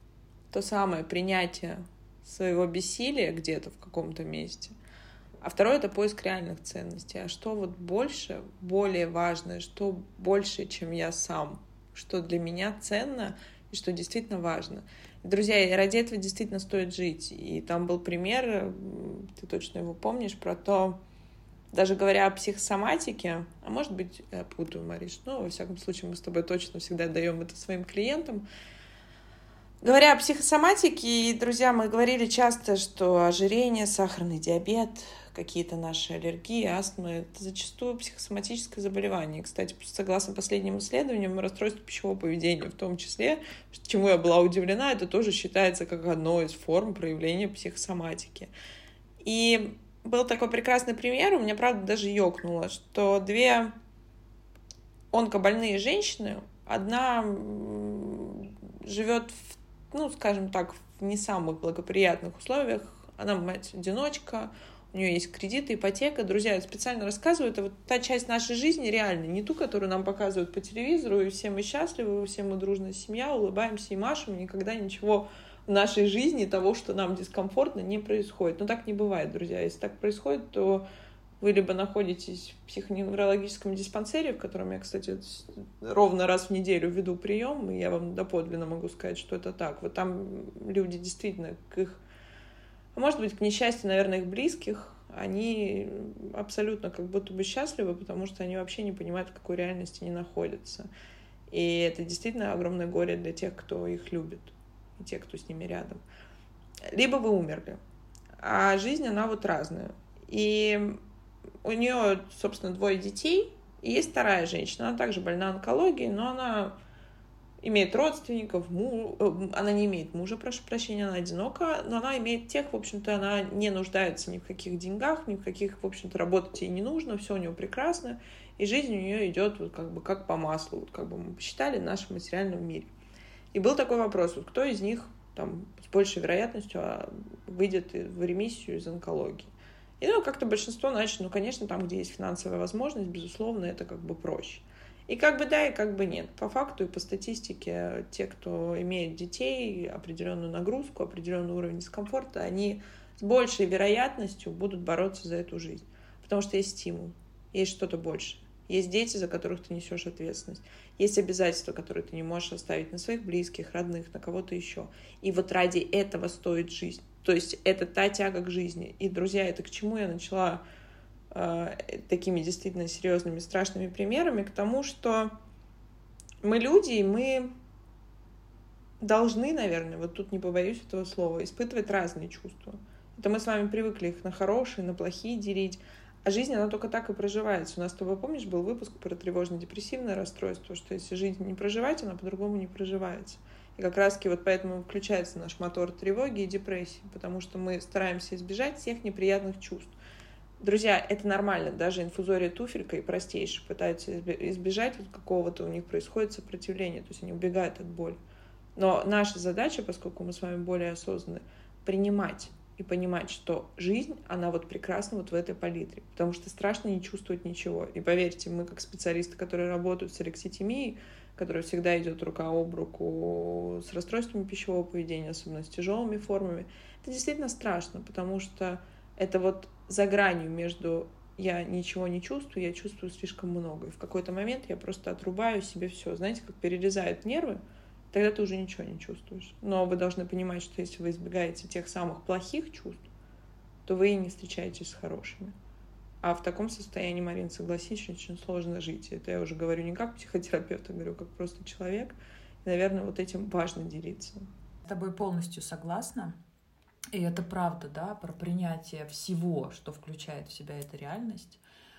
принятие своего бессилия где-то в каком-то месте. А второе — это поиск реальных ценностей. А что вот больше, более важное, что больше, чем я сам, что для меня ценно и что действительно важно. И, друзья, и ради этого действительно стоит жить. И там был пример, ты точно его помнишь, про то, даже говоря о психосоматике, а может быть, я путаю, Мариш, но, во всяком случае, мы с тобой точно всегда даем это своим клиентам. Говоря о психосоматике, друзья, мы говорили часто, что ожирение, сахарный диабет, какие-то наши аллергии, астмы — это зачастую психосоматическое заболевание. Кстати, согласно последним исследованиям, расстройство пищевого поведения в том числе, чему я была удивлена, это тоже считается как одной из форм проявления психосоматики. И был такой прекрасный пример, у меня, правда, даже ёкнуло, что две онкобольные женщины, одна живет скажем так, в не самых благоприятных условиях, она мать-одиночка, у нее есть кредиты, ипотека. Друзья, я специально рассказываю, это вот та часть нашей жизни реальной, не ту, которую нам показывают по телевизору, и все мы счастливы, все мы дружная семья, улыбаемся и машем, никогда ничего в нашей жизни, того, что нам дискомфортно, не происходит. Но так не бывает, друзья. Если так происходит, то вы либо находитесь в психоневрологическом диспансере, в котором я, кстати, ровно раз в неделю веду прием, и я вам доподлинно могу сказать, что это так. Вот там люди действительно а может быть, к несчастью, наверное, их близких, они абсолютно как будто бы счастливы, потому что они вообще не понимают, в какой реальности они находятся. И это действительно огромное горе для тех, кто их любит, и тех, кто с ними рядом. Либо вы умерли, а жизнь, она вот разная. И у нее, собственно, 2 детей, и есть вторая женщина, она также больна онкологией, но она имеет родственников, она не имеет мужа, прошу прощения, она одинока, но она имеет тех, в общем-то, она не нуждается ни в каких деньгах, ни в каких, в общем-то, работать ей не нужно, все у нее прекрасно, и жизнь у нее идет вот как бы как по маслу, вот как бы мы посчитали в нашем материальном мире. И был такой вопрос, вот кто из них там с большей вероятностью выйдет в ремиссию из онкологии. И как-то большинство начали, конечно, там, где есть финансовая возможность, безусловно, это как бы проще. И как бы да, и как бы нет. По факту и по статистике, те, кто имеет детей, определенную нагрузку, определенный уровень дискомфорта, они с большей вероятностью будут бороться за эту жизнь. Потому что есть стимул, есть что-то большее. Есть дети, за которых ты несешь ответственность. Есть обязательства, которые ты не можешь оставить на своих близких, родных, на кого-то еще. И вот ради этого стоит жизнь. То есть это та тяга к жизни. И, друзья, это к чему я начала такими действительно серьезными, страшными примерами, к тому, что мы люди, и мы должны, наверное, вот тут не побоюсь этого слова, испытывать разные чувства. Это мы с вами привыкли их на хорошие, на плохие делить. А жизнь, она только так и проживается. У нас с тобой, помнишь, был выпуск про тревожно-депрессивное расстройство, что если жизнь не проживать, она по-другому не проживается. И как раз-таки вот поэтому включается наш мотор тревоги и депрессии, потому что мы стараемся избежать всех неприятных чувств. Друзья, это нормально, даже инфузория туфелька и простейшие пытаются избежать вот какого-то, у них происходит сопротивление, то есть они убегают от боли. Но наша задача, поскольку мы с вами более осознанны, принимать и понимать, что жизнь, она вот прекрасна вот в этой палитре, потому что страшно не чувствовать ничего. И поверьте, мы как специалисты, которые работают с алекситимией, которая всегда идет рука об руку с расстройствами пищевого поведения, особенно с тяжелыми формами, это действительно страшно, потому что это вот за гранью между я ничего не чувствую, я чувствую слишком много. И в какой-то момент я просто отрубаю себе все. Знаете, как перерезают нервы, тогда ты уже ничего не чувствуешь. Но вы должны понимать, что если вы избегаете тех самых плохих чувств, то вы и не встречаетесь с хорошими. А в таком состоянии, Марин, согласись, очень сложно жить. Это я уже говорю не как психотерапевт, а говорю как просто человек. И, наверное, вот этим важно делиться. С тобой полностью согласна. И это правда, да, про принятие всего, что включает в себя эта реальность,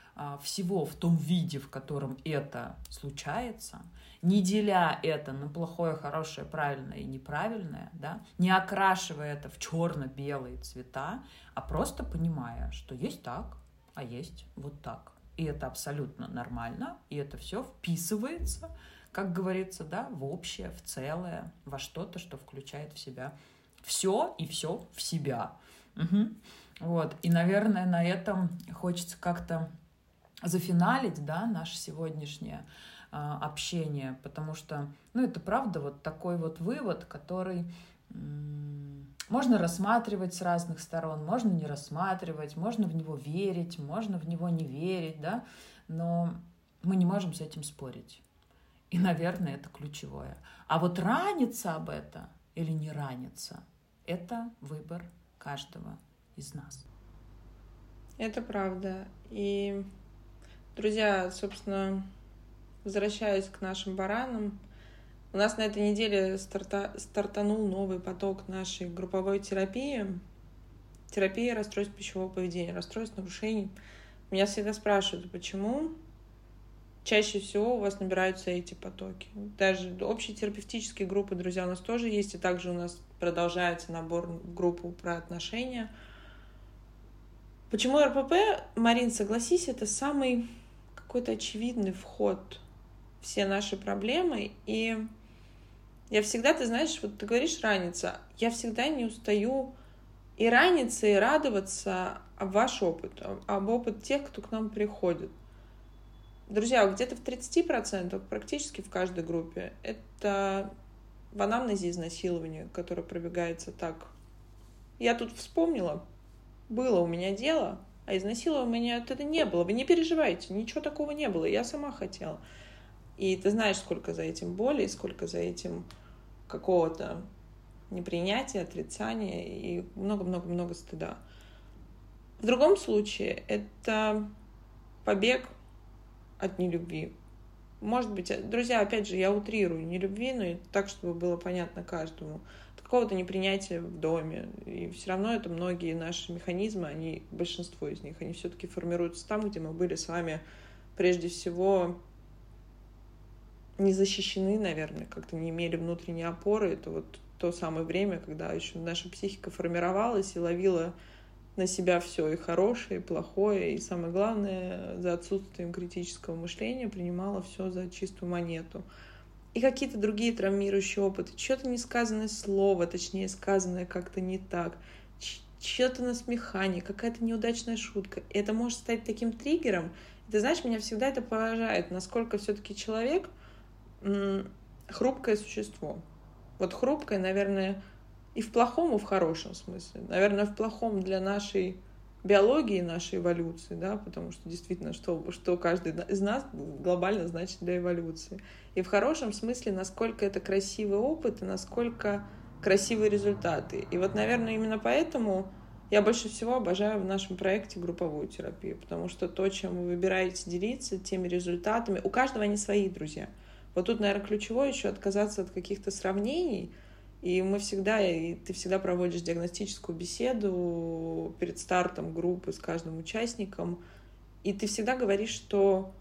всего в том виде, в котором это случается, не деля это на плохое, хорошее, правильное и неправильное, да, не окрашивая это в черно-белые цвета, а просто понимая, что есть так, а есть вот так. И это абсолютно нормально, и это все вписывается, как говорится, да, в общее, в целое, во что-то, что включает в себя все и все в себя. Угу. Вот. И, наверное, на этом хочется как-то зафиналить, да, наше сегодняшнее общение, потому что, это правда вот такой вот вывод, который можно рассматривать с разных сторон, можно не рассматривать, можно в него верить, можно в него не верить, да, но мы не можем с этим спорить. И, наверное, это ключевое. А вот раниться об этом или не раниться, это выбор каждого из нас. Это правда. И, друзья, собственно, возвращаясь к нашим баранам, у нас на этой неделе стартанул новый поток нашей групповой терапии. Терапия расстройств пищевого поведения, расстройств нарушений. Меня всегда спрашивают, почему чаще всего у вас набираются эти потоки. Даже общие терапевтические группы, друзья, у нас тоже есть, и также у нас продолжается набор в группу про отношения. Почему РПП, Марин, согласись, это самый какой-то очевидный вход в все наши проблемы. И я всегда, ты знаешь, вот ты говоришь раниться, я всегда не устаю и раниться, и радоваться об ваш опыт, об опыт тех, кто к нам приходит. Друзья, где-то в 30%, практически в каждой группе, это в анамнезе изнасилование, которое пробегается так. Я тут вспомнила, было у меня дело, а изнасилования это не было. Вы не переживайте, ничего такого не было, я сама хотела. И ты знаешь, сколько за этим боли, сколько за этим какого-то непринятия, отрицания и много-много-много стыда. В другом случае это побег от нелюбви. Может быть, друзья, опять же, я утрирую, нелюбви, но так, чтобы было понятно каждому. Какого-то непринятия в доме. И все равно это многие наши механизмы, они, большинство из них, они все-таки формируются там, где мы были с вами прежде всего не защищены, наверное, как-то не имели внутренней опоры. Это вот то самое время, когда еще наша психика формировалась и ловила на себя все и хорошее, и плохое, и самое главное, за отсутствием критического мышления принимала все за чистую монету. и какие-то другие травмирующие опыты, что-то несказанное слово, точнее, сказанное как-то не так, что-то насмехание, какая-то неудачная шутка. И это может стать таким триггером. И ты знаешь, меня всегда это поражает, насколько все-таки человек хрупкое существо. Вот хрупкое, наверное, и в плохом, и в хорошем смысле. Наверное, в плохом для нашей биологии, нашей эволюции, да, потому что действительно, что каждый из нас глобально значит для эволюции. И в хорошем смысле, насколько это красивый опыт и насколько красивые результаты. И вот, наверное, именно поэтому я больше всего обожаю в нашем проекте групповую терапию, потому что то, чем вы выбираете делиться, теми результатами, у каждого они свои, друзья. Вот тут, наверное, ключевое еще отказаться от каких-то сравнений. И ты всегда проводишь диагностическую беседу перед стартом группы с каждым участником. И ты всегда говоришь, что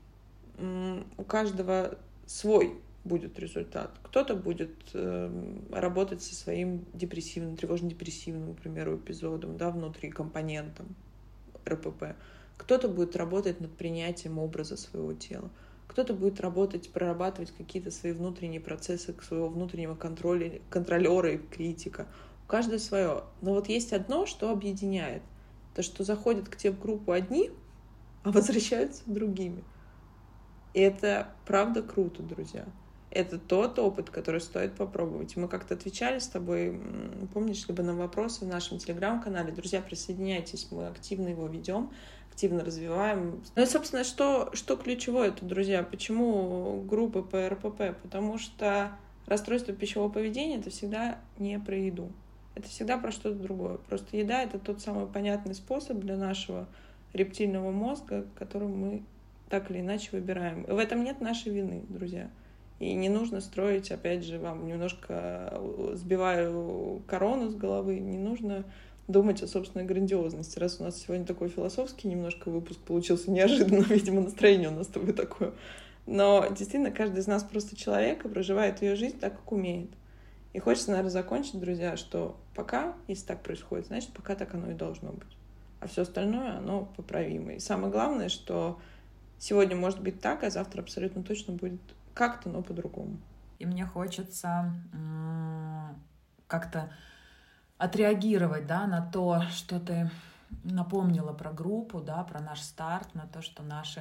у каждого свой будет результат. Кто-то будет работать со своим депрессивным, тревожно-депрессивным, к примеру, эпизодом, да, внутри компонентом РПП. Кто-то будет работать над принятием образа своего тела. Кто-то будет работать, прорабатывать какие-то свои внутренние процессы своего внутреннего контролера и критика. У каждого свое. Но вот есть одно, что объединяет. То, что заходят к тебе в группу одни, а возвращаются другими. И это правда круто, друзья. Это тот опыт, который стоит попробовать. Мы как-то отвечали с тобой, помнишь, либо на вопросы в нашем телеграм-канале. Друзья, присоединяйтесь, мы активно его ведем, активно развиваем. Ну и, собственно, что ключевое это, друзья? Почему группы по РПП? Потому что расстройство пищевого поведения — это всегда не про еду. Это всегда про что-то другое. Просто еда — это тот самый понятный способ для нашего рептильного мозга, который мы так или иначе выбираем. И в этом нет нашей вины, друзья. И не нужно строить, опять же, вам немножко сбиваю корону с головы, не нужно думать о собственной грандиозности. Раз у нас сегодня такой философский немножко выпуск получился неожиданно, видимо, настроение у нас с тобой такое. Но действительно, каждый из нас просто человек и проживает ее жизнь так, как умеет. И хочется, наверное, закончить, друзья, что пока, если так происходит, значит, пока так оно и должно быть. А все остальное, оно поправимо. И самое главное, что сегодня может быть так, а завтра абсолютно точно будет как-то, но по-другому. И мне хочется как-то отреагировать, да, на то, что ты напомнила про группу, да, про наш старт, на то, что наши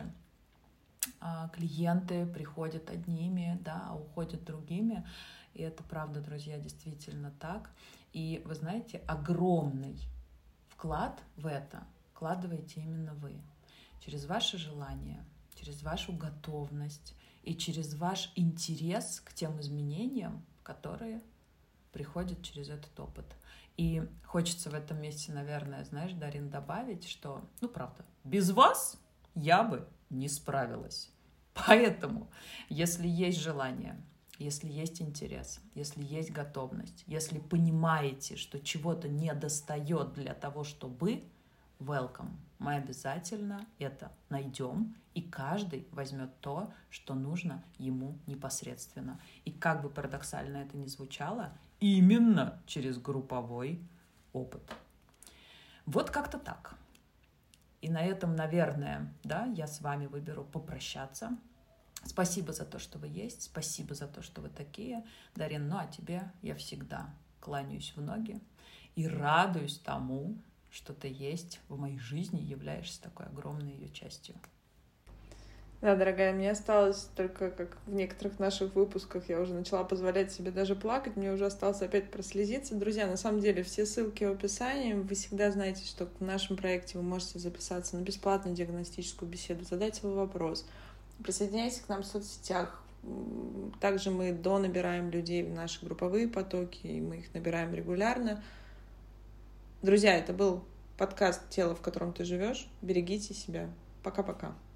клиенты приходят одними, да, а уходят другими. И это правда, друзья, действительно так. И вы знаете, огромный вклад в это вкладываете именно вы. Через ваше желание, через вашу готовность и через ваш интерес к тем изменениям, которые приходят через этот опыт. И хочется в этом месте, наверное, знаешь, Дарин, добавить, что, ну, правда, без вас я бы не справилась. Поэтому, если есть желание, если есть интерес, если есть готовность, если понимаете, что чего-то недостает для того, чтобы welcome, мы обязательно это найдем, и каждый возьмет то, что нужно ему непосредственно. И как бы парадоксально это ни звучало, именно через групповой опыт. Вот как-то так. И на этом, наверное, да, я с вами выберу попрощаться. Спасибо за то, что вы есть, спасибо за то, что вы такие. Дарин, ну а тебе я всегда кланяюсь в ноги и радуюсь тому, что ты есть в моей жизни, являешься такой огромной ее частью. Да, дорогая, мне осталось только, как в некоторых наших выпусках, я уже начала позволять себе даже плакать, мне уже осталось опять прослезиться. Друзья, на самом деле, все ссылки в описании. Вы всегда знаете, что в нашем проекте вы можете записаться на бесплатную диагностическую беседу, задать свой вопрос. Присоединяйтесь к нам в соцсетях. Также мы донабираем людей в наши групповые потоки, и мы их набираем регулярно. Друзья, это был подкаст «Тело, в котором ты живешь». Берегите себя. Пока-пока.